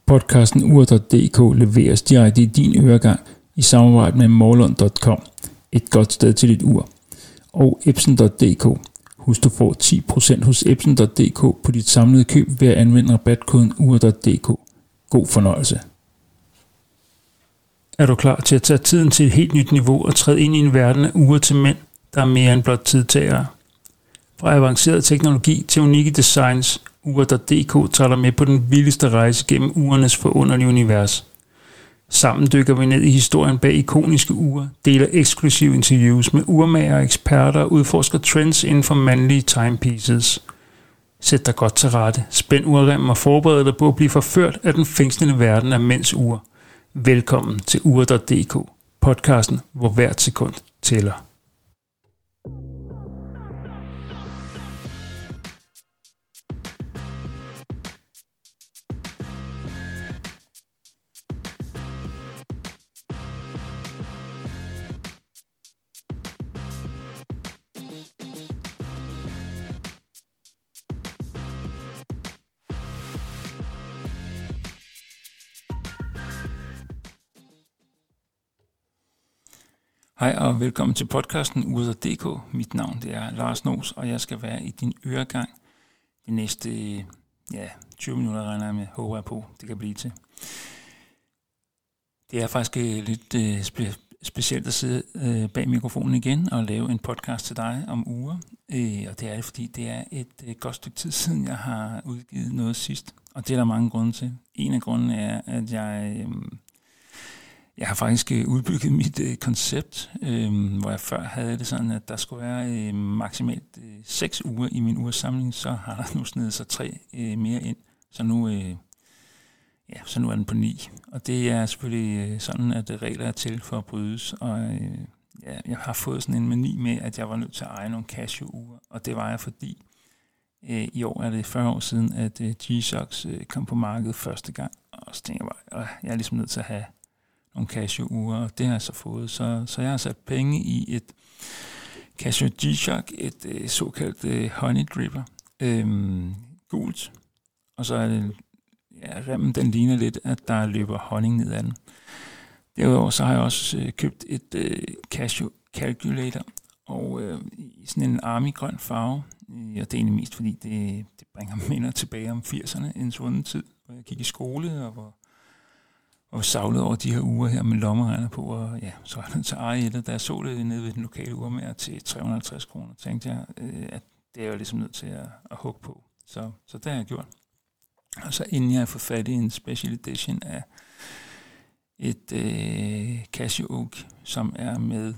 Podcasten Ur.dk leveres direkte i din øregang i samarbejde med Morlund.com, et godt sted til dit ur, og Epson.dk. Husk, du får 10% hos Epson.dk på dit samlede køb ved at anvende rabatkoden Ur.dk. God fornøjelse. Er du klar til at tage tiden til et helt nyt niveau og træde ind i en verden af ure til mænd, der er mere end blot tidtagere? Fra avanceret teknologi til unikke designs, Ur.dk tager dig med på den vildeste rejse gennem urenes forunderlige univers. Sammen dykker vi ned i historien bag ikoniske ure, deler eksklusive interviews med urmager og eksperter og udforsker trends inden for mandlige timepieces. Sæt dig godt til rette, spænd urremmen og forbered dig på at blive forført af den fængslende verden af mænds ure. Velkommen til Ur.dk, podcasten, hvor hvert sekund tæller. Hej og velkommen til podcasten Ur.dk. Mit navn det er Lars Nos, og jeg skal være i din øregang de næste 20 minutter, regner jeg med, håber jeg på, det kan blive til. Det er faktisk lidt specielt at sidde bag mikrofonen igen og lave en podcast til dig om uger. Og det er det, fordi det er et godt stykke tid siden, jeg har udgivet noget sidst. Og det er der mange grunde til. En af grundene er, at jeg har faktisk udbygget mit koncept, hvor jeg før havde det sådan, at der skulle være maksimalt 6 uger i min ugesamling, så har der nu snedet sig 3 mere ind. Så nu er den på 9. Og det er selvfølgelig sådan, at regler er til for at brydes. Og jeg har fået sådan en mani med, at jeg var nødt til at eje nogle Casio-uger. Og det var jeg, fordi i år er det 40 år siden, at G-Shocks kom på markedet første gang. Og så tænker jeg bare, jeg er ligesom nødt til at have nogle Casio-ure, og det har jeg så fået. Så jeg har sat penge i et Casio G-Shock, et såkaldt Honey Dripper, gult. Og så er det, remmen den ligner lidt, at der løber honning ned ad den. Derudover så har jeg også købt et Casio Calculator, og i sådan en army-grøn farve. Og det er egentlig mest, fordi det bringer minder tilbage om 80'erne, en svunden tid, hvor jeg gik i skole, og savlede over de her uger her med lommeregner på, og så var jeg nødt til at eje et, og da jeg så det nede ved den lokale urmager til 350 kroner, tænkte jeg, at det er jo ligesom nødt til at hugge på. Så det har jeg gjort. Og så inden jeg har fået fat i en special edition af et Casio Oak, som er med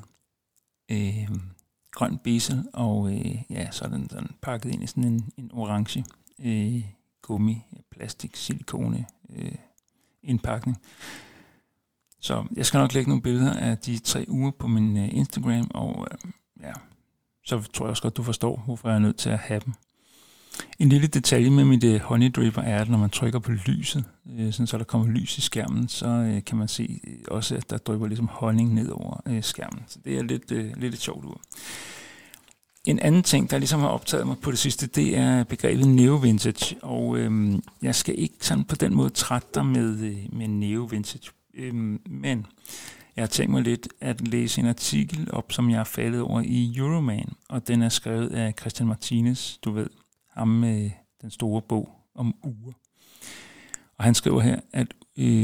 grøn bezel, og så er den pakket ind i sådan en orange gummi, plastik, silikone indpakning. Så jeg skal nok lægge nogle billeder af de 3 uger på min Instagram, og så tror jeg også godt, du forstår, hvorfor jeg er nødt til at have dem. En lille detalje med mit Honey Dripper er, at når man trykker på lyset, sådan så der kommer lys i skærmen, så kan man se også, at der drypper ligesom honning ned over skærmen. Så det er lidt et sjovt ur. En anden ting, der ligesom har optaget mig på det sidste, det er begrebet neo-vintage, og jeg skal ikke sådan på den måde trætte dig med neo-vintage, men jeg har tænkt mig lidt at læse en artikel op, som jeg har faldet over i Euroman, og den er skrevet af Christian Martinez, du ved, ham med den store bog om uger. Og han skriver her, at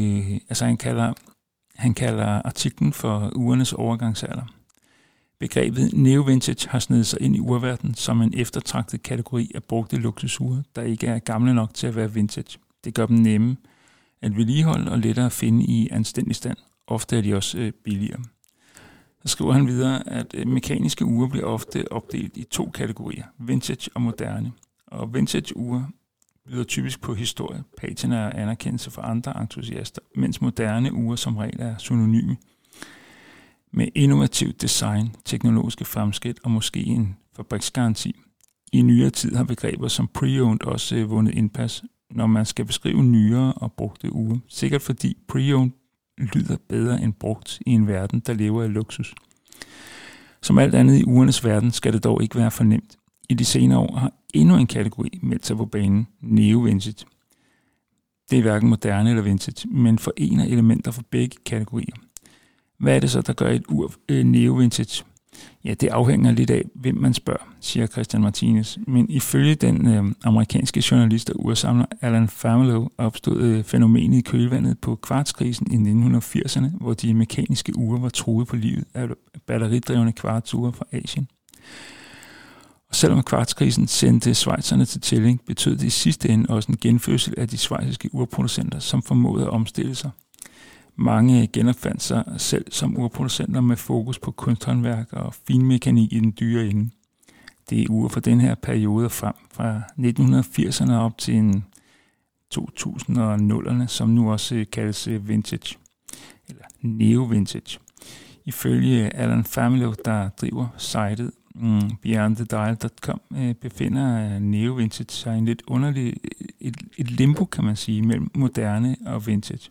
han kalder artiklen for ugernes overgangsalder. Begrebet neo-vintage har snedet sig ind i urverdenen som en eftertragtet kategori af brugte luksusure, der ikke er gamle nok til at være vintage. Det gør dem nemme at vedligeholde og lettere at finde i anstændig stand. Ofte er de også billigere. Så skriver han videre, at mekaniske ure bliver ofte opdelt i 2 kategorier, vintage og moderne. Og vintage ure byder typisk på historie, patina og anerkendelse for andre entusiaster, mens moderne ure som regel er synonyme med innovativt design, teknologiske fremskridt og måske en fabriksgaranti. I nyere tid har begreber som pre-owned også vundet indpas, når man skal beskrive nyere og brugte ure. Sikkert fordi pre-owned lyder bedre end brugt i en verden, der lever af luksus. Som alt andet i ugernes verden skal det dog ikke være for nemt. I de senere år har endnu en kategori meldt sig på banen, neo-vintage. Det er hverken moderne eller vintage, men forener elementer fra begge kategorier. Hvad er det så, der gør et ur neo-vintage? Ja, det afhænger lidt af, hvem man spørger, siger Christian Martinez. Men ifølge den amerikanske journalist og ursamler Alan Famelo opstod fænomenet i kølvandet på kvartskrisen i 1980'erne, hvor de mekaniske ure var truet på livet af batteridrevne kvartsure fra Asien. Og selvom kvartskrisen sendte schweizerne til tælling, betød det i sidste ende også en genfødsel af de schweiziske urproducenter, som formåede at omstille sig. Mange genopfandt sig selv som urproducenter med fokus på kunsthåndværk og finmekanik i den dyre ende. Det er ure fra den her periode frem fra 1980'erne op til 2000'erne, som nu også kaldes vintage, eller neo-vintage. Ifølge Alan Famelo, der driver sitet beyondthedial.com, befinder neo-vintage sig i en lidt underlig et limbo, kan man sige, mellem moderne og vintage.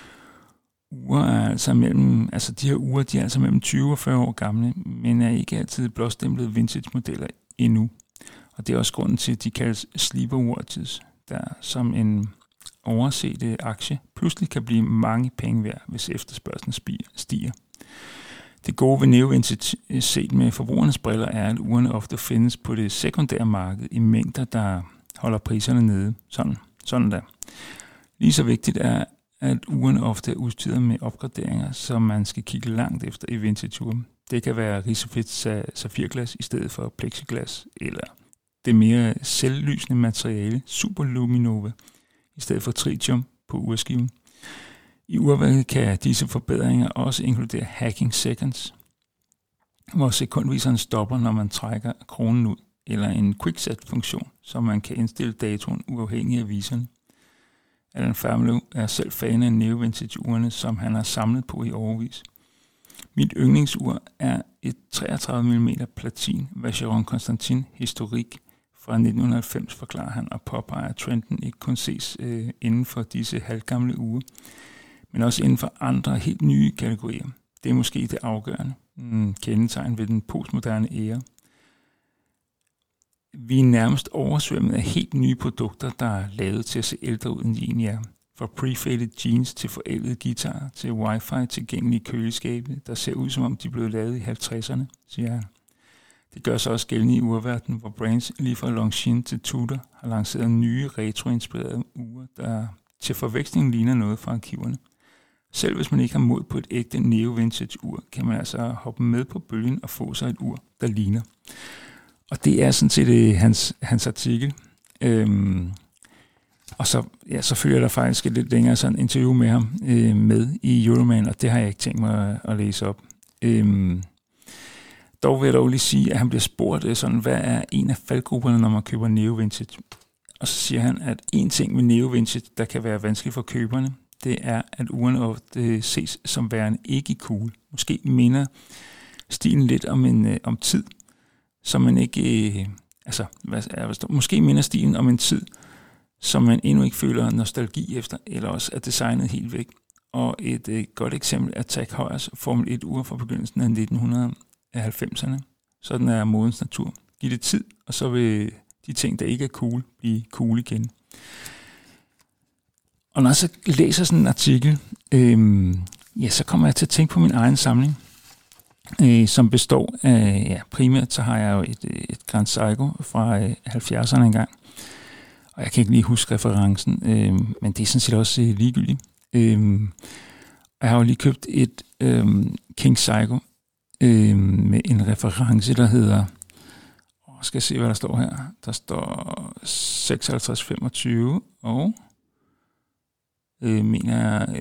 Ure er altså de her ure, de er altså mellem 20 og 40 år gamle, men er ikke altid blåstemplede vintage-modeller endnu. Og det er også grunden til, at de kaldes sleeper watches, der som en overset aktie pludselig kan blive mange penge værd, hvis efterspørgslen stiger. Det gode ved neo-vintage set med forbrugernes briller er, at urene ofte findes på det sekundære marked i mængder, der holder priserne nede. Sådan der. Lige så vigtigt er, at urene ofte er udstyret med opgraderinger, som man skal kigge langt efter i vintage-ure. Det kan være risofedt safirglas i stedet for plexiglas, eller det mere selvlysende materiale Superluminova i stedet for tritium på urskiven. I urværket kan disse forbedringer også inkludere hacking seconds, hvor sekundviseren stopper, når man trækker kronen ud, eller en quickset-funktion, så man kan indstille datoen uafhængig af viserne. Alan Famelo er selv fan af neo-vintage-urene, som han har samlet på i årevis. Mit yndlingsur er et 33 mm platin Vacheron Constantin Historique fra 1990, forklarer han, og påpeger, at trenden ikke kun ses inden for disse halvgamle ure, men også inden for andre helt nye kategorier. Det er måske det afgørende kendetegn ved den postmoderne æra. Vi er nærmest oversvømmet af helt nye produkter, der er lavet til at se ældre ud, end de egentlig er. Fra pre-faded jeans til forældede guitarer til wifi tilgængelige køleskabe, der ser ud som om de blev lavet i 50'erne, siger han. Det gør sig også gældende i urverdenen, hvor brands lige fra Longines til Tudor har lanceret nye retroinspirerede ure, der til forveksling ligner noget fra arkiverne. Selv hvis man ikke har mod på et ægte neo-vintage-ur, kan man altså hoppe med på bølgen og få sig et ur, der ligner. Og det er sådan set hans artikel. Og så følger der faktisk et lidt længere sådan interview med ham med i Euroman, og det har jeg ikke tænkt mig at læse op. Dog vil jeg dog lige sige, at han bliver spurgt sådan, hvad er en af faldgrupperne, når man køber neo-vintage? Og så siger han, at en ting med neo-vintage, der kan være vanskeligt for køberne, det er, at urene ofte ses som værende ikke cool. Måske minder stilen lidt om tid, som man ikke... måske minder stilen om en tid, som man endnu ikke føler nostalgi efter, eller også er designet helt væk. Og et godt eksempel er Tag Heuers Formel 1-ur fra begyndelsen af 1990'erne. Sådan er modens natur. Giv det tid, og så vil de ting, der ikke er cool, blive cool igen. Og når jeg så læser sådan en artikel, så kommer jeg til at tænke på min egen samling, som består af, primært så har jeg jo et Grand Seiko fra 70'erne engang, og jeg kan ikke lige huske referencen, men det er sådan set også ligegyldigt. Jeg har jo lige købt et King Seiko med en reference, der hedder, skal jeg se, hvad der står her, der står 5625, og den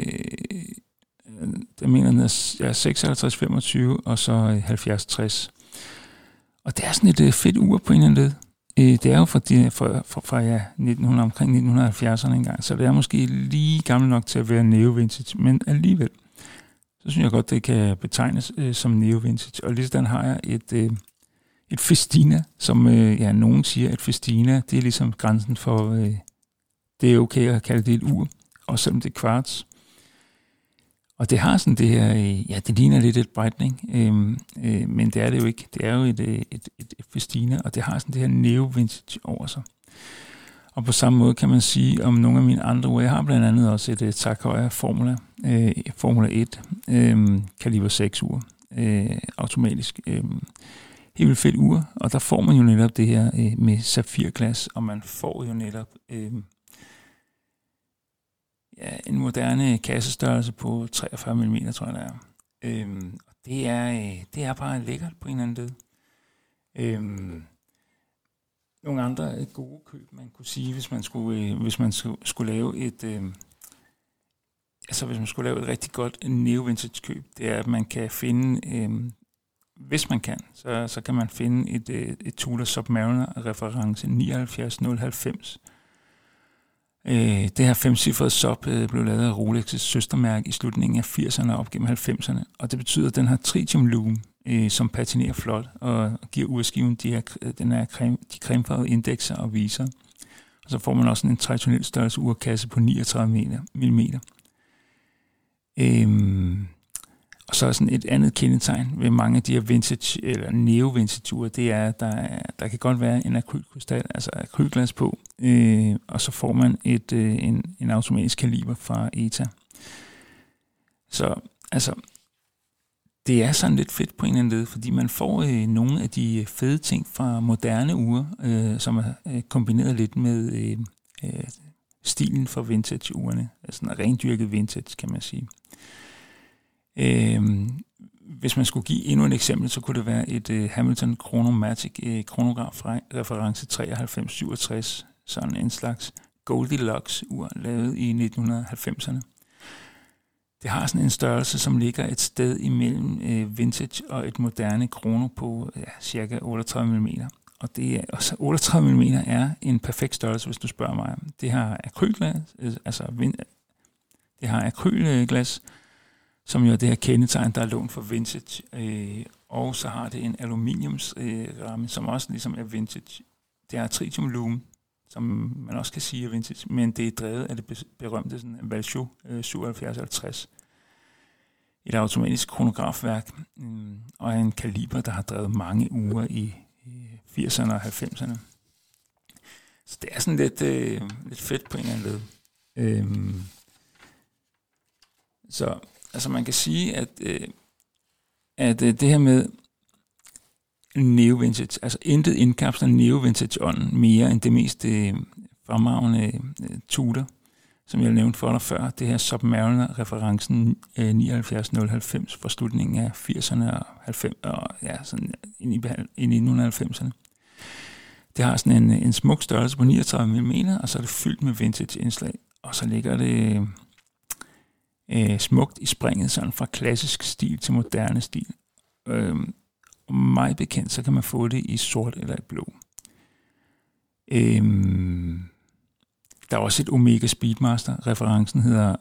er 5625 og så 7060. Og det er sådan et fedt ur på en eller anden led. Det er jo fra omkring 1970'erne engang, så det er måske lige gammel nok til at være neo-vintage, men alligevel, så synes jeg godt, det kan betegnes som neo-vintage. Og lige sådan har jeg et Festina, som nogen siger, at Festina, det er ligesom grænsen for, det er okay at kalde det et ur, også selvom det er kvarts. Og det har sådan det her, det ligner lidt et Breitling, men det er det jo ikke. Det er jo et Festina, og det har sådan det her neo-vintage over sig. Og på samme måde kan man sige om nogle af mine andre ure. Jeg har blandt andet også et Tag Heuer Formula 1 kaliber 6 ur automatisk. Helt vildt fedt ur, og der får man jo netop det her med safirglas, og man får jo netop en moderne kassestørrelse på 43 mm, tror jeg det er. Det er bare lækkert på en eller anden led. Nogle andre gode køb, man kunne sige, hvis man skulle lave et hvis man skulle lave et rigtig godt neo-vintage køb, det er, at man kan finde, hvis man kan, så kan man finde et Tudor Submariner reference 79090. Det her 5-cifrede sub blev lavet af Rolex' søstermærke i slutningen af 80'erne og op gennem 90'erne, og det betyder, at den har tritium lume, som patinerer flot og giver urskiven de cremefarvede indekser og viser. Og så får man også en traditionel størrelse urkasse på 39 mm. Og så er sådan et andet kendetegn ved mange af de her vintage eller neo-vintage ure, det er, at der kan godt være en akrylkrystal, altså akrylglas på, og så får man en automatisk kaliber fra ETA. Så altså, det er sådan lidt fedt på en eller anden led, fordi man får nogle af de fede ting fra moderne ure, som er kombineret lidt med stilen for vintage-urene, altså en rendyrket vintage, kan man sige. Hvis man skulle give endnu et eksempel, så kunne det være et Hamilton Chronomatic kronograf reference 9367, sådan en slags Goldilocks-ur, lavet i 1990'erne. Det har sådan en størrelse, som ligger et sted imellem vintage og et moderne krono på cirka 38 mm. Og det er, også 38 mm er en perfekt størrelse, hvis du spørger mig. Det har akrylglas, akrylglas, som jo er det her kendetegn, der er lånt for vintage. Og så har det en aluminiumsramme, som også ligesom er vintage. Det er tritium lume, som man også kan sige er vintage, men det er drevet af det berømte Valjoux 7750. Et automatisk kronografværk, og en kaliber, der har drevet mange uger i 80'erne og 90'erne. Så det er sådan lidt fedt på en eller anden led. Så altså man kan sige, at det her med neo-vintage, altså intet indkapsler neo-vintage-ånden mere end det mest fremragende Tudor, som jeg nævnte for dig før, det her Submariner-referencen 79090 fra slutningen af 80'erne og 90'erne, og ja, sådan i 1990'erne. Det har sådan en smuk størrelse på 39 mm, og så er det fyldt med vintage-indslag, og så ligger det smukt i springet, sådan fra klassisk stil til moderne stil. Meget bekendt, så kan man få det i sort eller i blå. Der er også et Omega Speedmaster. Referencen hedder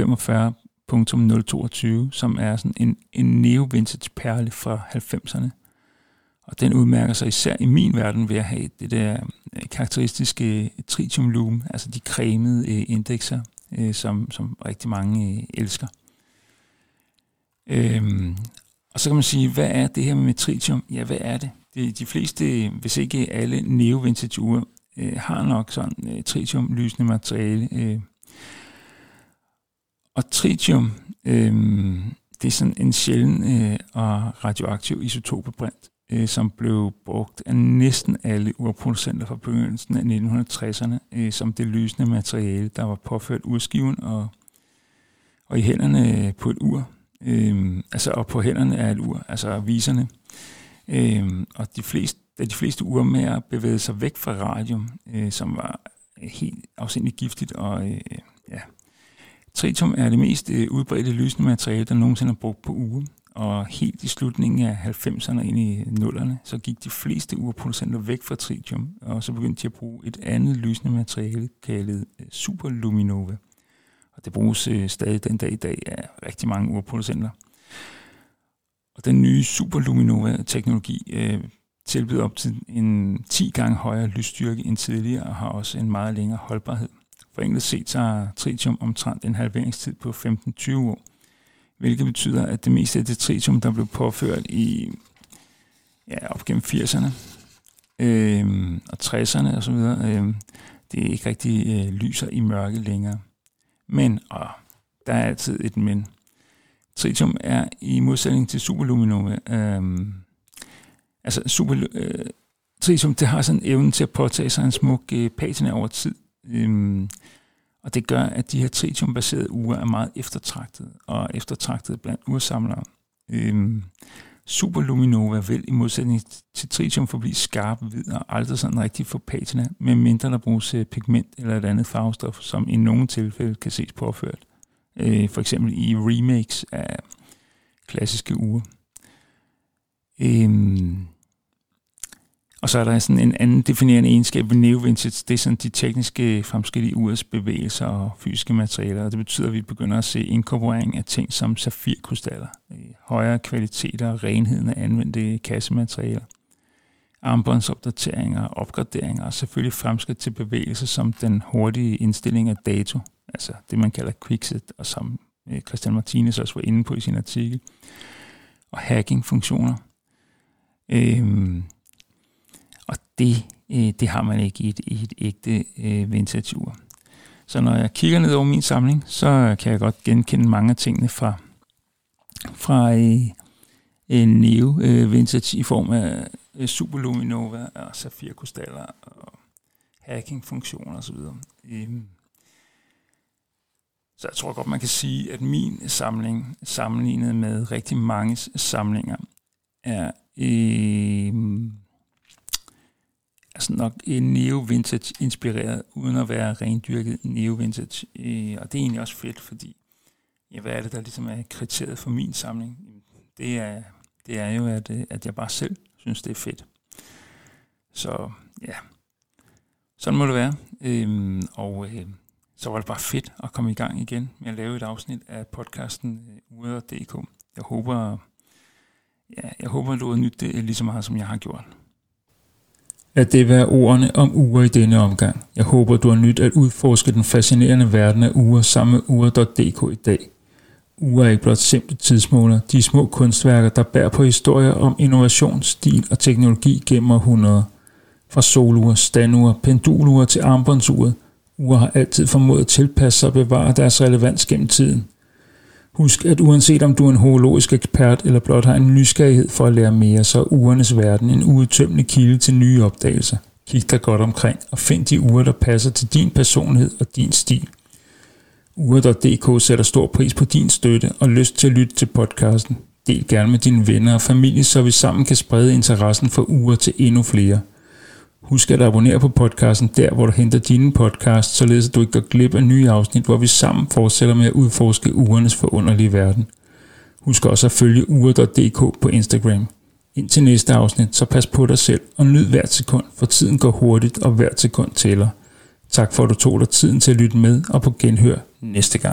145.022, som er sådan en neo-vintage perle fra 90'erne. Og den udmærker sig især i min verden ved at have det der karakteristiske tritium lume, altså de cremede indekser, som rigtig mange elsker. Og så kan man sige, hvad er det her med tritium? Ja, hvad er det? De fleste, hvis ikke alle neo-vintage ure, har nok sådan tritium lysende materiale. Og tritium, det er sådan en sjælden og radioaktiv isotopebrint, som blev brugt af næsten alle urproducenter fra begyndelsen af 1960'erne, som det lysende materiale, der var påført urskiven og i hænderne på et ur. Og på hænderne af et ur, altså viserne. Og de fleste urmager bevægede sig væk fra radium, som var helt afsindigt giftigt, og tritium er det mest udbredte lysende materiale, der nogensinde er brugt på ure. Og helt i slutningen af 90'erne ind i 0'erne, så gik de fleste urproducenter væk fra tritium, og så begyndte de at bruge et andet lysende materiale, kaldet superluminova. Og det bruges stadig den dag i dag af rigtig mange urproducenter. Og den nye superluminova-teknologi tilbyder op til en 10 gange højere lysstyrke end tidligere, og har også en meget længere holdbarhed. Forenklet set så har tritium omtrent en halveringstid på 15-20 år, hvilket betyder, at det meste af det tritium, der blev påført op gennem 80'erne og 60'erne osv., det ikke rigtig lyser i mørke længere. Men, og der er altid et men, tritium er i modsætning til superluminova, tritium, det har sådan en evne til at påtage sig en smuk patina over tid, og det gør, at de her tritiumbaserede ure er meget eftertragtede blandt ursamlere. Superluminova vil i modsætning til tritium forblive skarp, hvid og aldrig sådan rigtig få patina, medmindre der bruges pigment eller et andet farvestof, som i nogle tilfælde kan ses påført. For eksempel i remakes af klassiske ure. Og så er der sådan en anden definerende egenskab ved neo-vintage, det er sådan de tekniske fremskridt i urets bevægelser og fysiske materialer, og det betyder, at vi begynder at se inkorporering af ting som safirkrystaller, højere kvaliteter og renheden af anvendte kassematerialer, armbåndsopdateringer, opgraderinger og selvfølgelig fremskridt til bevægelser som den hurtige indstilling af dato, altså det man kalder quickset, og som Christian Martinez også var inde på i sin artikel, og hacking-funktioner. Og det har man ikke i et ægte vintage-ur. Så når jeg kigger ned over min samling, så kan jeg godt genkende mange af tingene fra en neo-vintage i form af superluminova og safirkrystaller og hacking-funktioner osv. Så jeg tror godt, man kan sige, at min samling, sammenlignet med rigtig mange samlinger, er altså nok en neo-vintage inspireret, uden at være rendyrket neo-vintage. Og det er egentlig også fedt, fordi hvad er det, der ligesom er kriteriet for min samling? Det er jo, at jeg bare selv synes, det er fedt. Så ja, sådan må det være. Så var det bare fedt at komme i gang igen med at lave et afsnit af podcasten Ure.dk. Jeg håber, at du har nydt det lige så meget, som jeg har gjort. Lad det være ordene om ure i denne omgang. Jeg håber, du har nydt at udforske den fascinerende verden af ure sammen med Ure.dk i dag. Ure er ikke blot simple tidsmåler, de små kunstværker, der bærer på historier om innovation, stil og teknologi gennem århundreder. Fra solure, standure, pendulure til armbåndsuret. Ure har altid formået at tilpasse sig og bevare deres relevans gennem tiden. Husk, at uanset om du er en horologisk ekspert eller blot har en nysgerrighed for at lære mere, så er urenes verden en uudtømmelig kilde til nye opdagelser. Kig dig godt omkring og find de ure, der passer til din personlighed og din stil. Ure.dk sætter stor pris på din støtte og lyst til at lytte til podcasten. Del gerne med dine venner og familie, så vi sammen kan sprede interessen for ure til endnu flere. Husk at abonnere på podcasten der, hvor du henter dine podcasts, således at du ikke går glip af nye afsnit, hvor vi sammen fortsætter med at udforske urenes forunderlige verden. Husk også at følge Ure.dk på Instagram. Indtil næste afsnit, så pas på dig selv og nyd hvert sekund, for tiden går hurtigt, og hvert sekund tæller. Tak for at du tog dig tiden til at lytte med, og på genhør næste gang.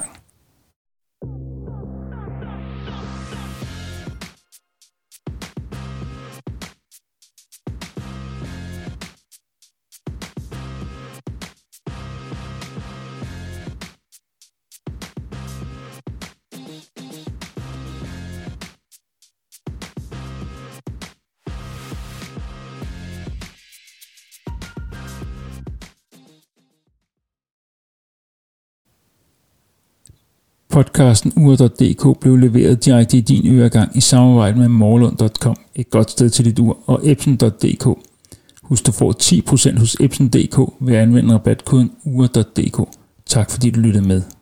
Podcasten Ure.dk blev leveret direkte i din øregang i samarbejde med Morlund.com, et godt sted til dit ur, og Epson.dk. Husk, du får 10% hos Epson.dk ved at anvende rabatkoden Ure.dk. Tak fordi du lyttede med.